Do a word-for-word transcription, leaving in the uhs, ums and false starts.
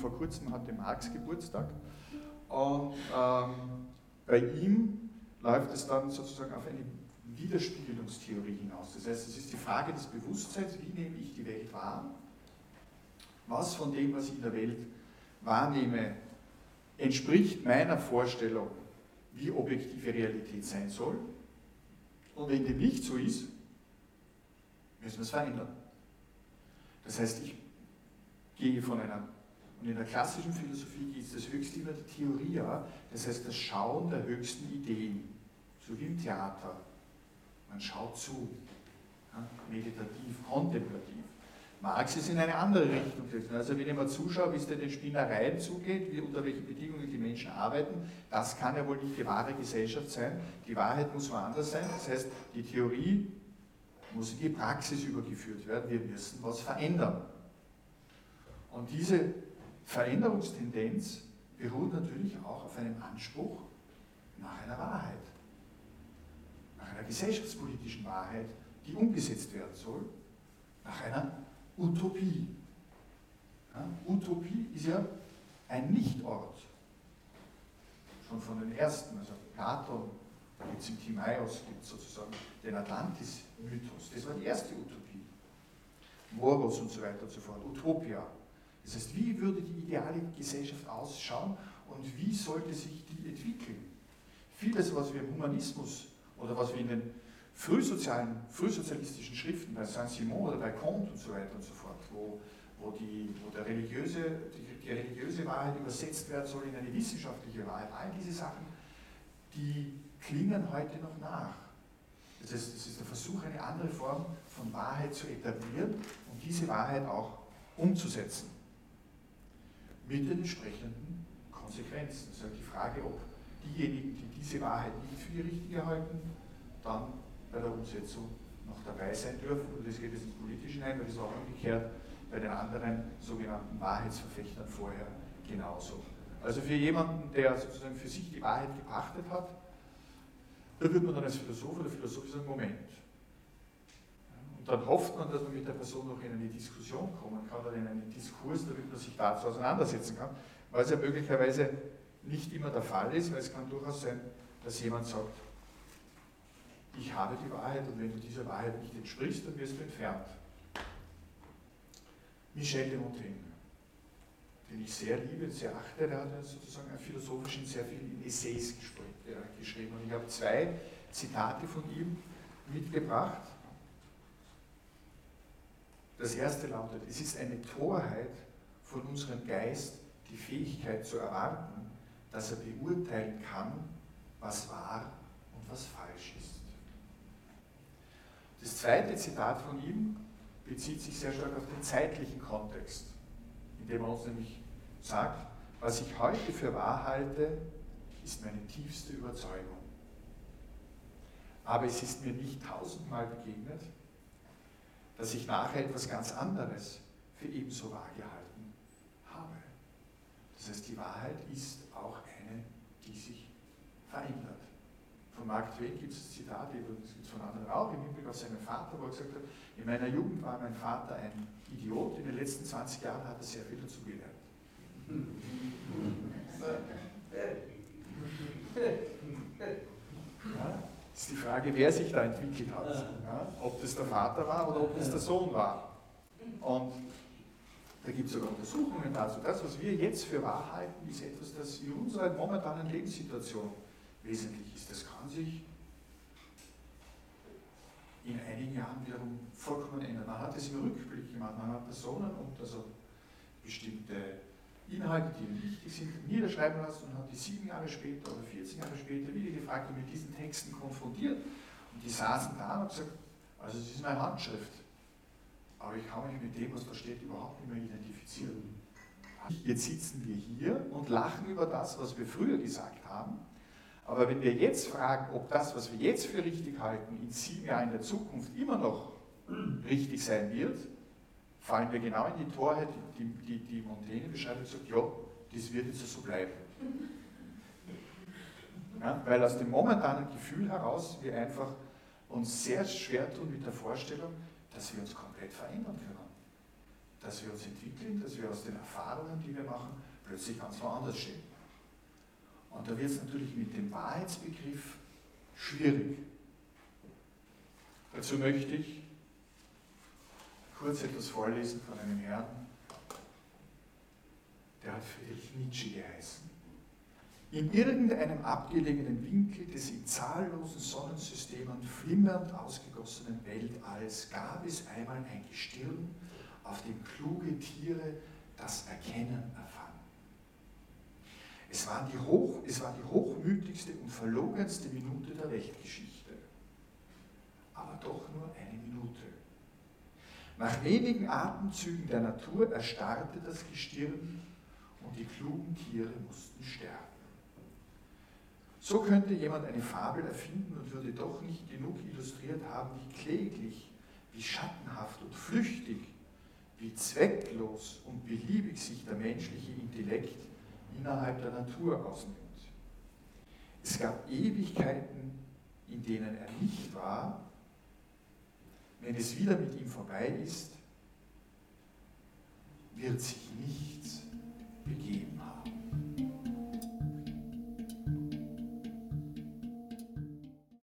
vor kurzem hatte Marx Geburtstag und ähm, bei ihm läuft es dann sozusagen auf eine Widerspiegelungstheorie hinaus. Das heißt, es ist die Frage des Bewusstseins, wie nehme ich die Welt wahr? Was von dem, was ich in der Welt wahrnehme, entspricht meiner Vorstellung, wie objektive Realität sein soll? Und wenn dem nicht so ist, müssen wir es verändern. Das heißt, ich gehe von einer, und in der klassischen Philosophie ist das höchste immer die Theoria, das heißt das Schauen der höchsten Ideen, so wie im Theater. Man schaut zu, ja, meditativ, kontemplativ. Marx ist in eine andere Richtung. Also wenn ich mal zuschaue, wie es den Spinnereien zugeht, wie, unter welchen Bedingungen die Menschen arbeiten, das kann ja wohl nicht die wahre Gesellschaft sein. Die Wahrheit muss woanders sein. Das heißt, die Theorie muss in die Praxis übergeführt werden. Wir müssen was verändern. Und diese Veränderungstendenz beruht natürlich auch auf einem Anspruch nach einer Wahrheit. Nach einer gesellschaftspolitischen Wahrheit, die umgesetzt werden soll, nach einer Utopie. Ja, Utopie ist ja ein Nichtort. Schon von den ersten, also Platon, da gibt es im Timaeus gibt sozusagen den Atlantis-Mythos. Das war die erste Utopie. Moros und so weiter und so fort. Utopia. Das heißt, wie würde die ideale Gesellschaft ausschauen und wie sollte sich die entwickeln? Vieles, was wir im Humanismus oder was wir in den frühsozialen, frühsozialistischen Schriften bei Saint-Simon oder bei Comte und so weiter und so fort, wo, wo, die, wo der religiöse, die, die religiöse Wahrheit übersetzt werden soll in eine wissenschaftliche Wahrheit, all diese Sachen, die klingen heute noch nach. Das heißt, es ist der Versuch, eine andere Form von Wahrheit zu etablieren und diese Wahrheit auch umzusetzen. Mit den entsprechenden Konsequenzen. Das ist halt die Frage, ob diejenigen, die diese Wahrheit nicht für die richtige halten, dann bei der Umsetzung noch dabei sein dürfen. Und das geht jetzt ins Politische hinein, weil das ist auch umgekehrt bei den anderen sogenannten Wahrheitsverfechtern vorher genauso. Also für jemanden, der sozusagen für sich die Wahrheit gepachtet hat, da wird man dann als Philosoph oder Philosoph sagen, Moment. Und dann hofft man, dass man mit der Person noch in eine Diskussion kommen kann oder in einen Diskurs, damit man sich dazu auseinandersetzen kann, was ja möglicherweise nicht immer der Fall ist, weil es kann durchaus sein, dass jemand sagt, ich habe die Wahrheit und wenn du dieser Wahrheit nicht entsprichst, dann wirst du entfernt. Michel de Montaigne, den ich sehr liebe und sehr achte, der hat ja sozusagen philosophisch in sehr vielen Essays geschrieben. Und ich habe zwei Zitate von ihm mitgebracht. Das erste lautet, es ist eine Torheit von unserem Geist, die Fähigkeit zu erwarten, dass er beurteilen kann, was wahr und was falsch ist. Das zweite Zitat von ihm bezieht sich sehr stark auf den zeitlichen Kontext, in dem er uns nämlich sagt, was ich heute für wahr halte, ist meine tiefste Überzeugung. Aber es ist mir nicht tausendmal begegnet, dass ich nachher etwas ganz anderes für ebenso wahr gehalten habe. Das heißt, die Wahrheit ist auch eine, die sich verändert. Von Mark Twain gibt es das Zitat, das gibt es von anderen auch, im Hinblick auf seinen Vater, wo er gesagt hat, in meiner Jugend war mein Vater ein Idiot, in den letzten zwanzig Jahren hat er sehr viel dazugelernt. Ja, ist die Frage, wer sich da entwickelt hat. Ja, ob das der Vater war oder ob das der Sohn war. Und da gibt es sogar Untersuchungen dazu. Das, was wir jetzt für wahr halten, ist etwas, das in unserer momentanen Lebenssituation wesentlich ist. Das kann sich in einigen Jahren wiederum vollkommen ändern. Man hat es im Rückblick gemacht, man hat Personen und also bestimmte Inhalte, die ihnen wichtig sind, niederschreiben lassen und hat die sieben Jahre später oder vierzehn Jahre später wieder gefragt und mit diesen Texten konfrontiert. Und die saßen da und haben gesagt, also das ist meine Handschrift, aber ich kann mich mit dem, was da steht, überhaupt nicht mehr identifizieren. Jetzt sitzen wir hier und lachen über das, was wir früher gesagt haben. Aber wenn wir jetzt fragen, ob das, was wir jetzt für richtig halten, in sieben Jahren in der Zukunft immer noch richtig sein wird, fallen wir genau in die Torheit, die, die, die Montaigne beschreibt und sagt, ja, das wird jetzt so bleiben. Ja, weil aus dem momentanen Gefühl heraus wir einfach uns sehr schwer tun mit der Vorstellung, dass wir uns komplett verändern können. dass wir uns entwickeln, dass wir aus den Erfahrungen, die wir machen, plötzlich ganz woanders stehen. Und da wird es natürlich mit dem Wahrheitsbegriff schwierig. Dazu möchte ich kurz etwas vorlesen von einem Herrn, der hat Friedrich Nietzsche geheißen. In irgendeinem abgelegenen Winkel des in zahllosen Sonnensystemen flimmernd ausgegossenen Weltalls gab es einmal ein Gestirn, auf dem kluge Tiere das Erkennen erfanden. Es war die, hoch, es war die hochmütigste und verlogenste Minute der Weltgeschichte, aber doch nur eine Minute. Nach wenigen Atemzügen der Natur erstarrte das Gestirn und die klugen Tiere mussten sterben. So könnte jemand eine Fabel erfinden und würde doch nicht genug illustriert haben, wie kläglich, wie schattenhaft und flüchtig, wie zwecklos und beliebig sich der menschliche Intellekt innerhalb der Natur ausnimmt. Es gab Ewigkeiten, in denen er nicht war. Wenn es wieder mit ihm vorbei ist, wird sich nichts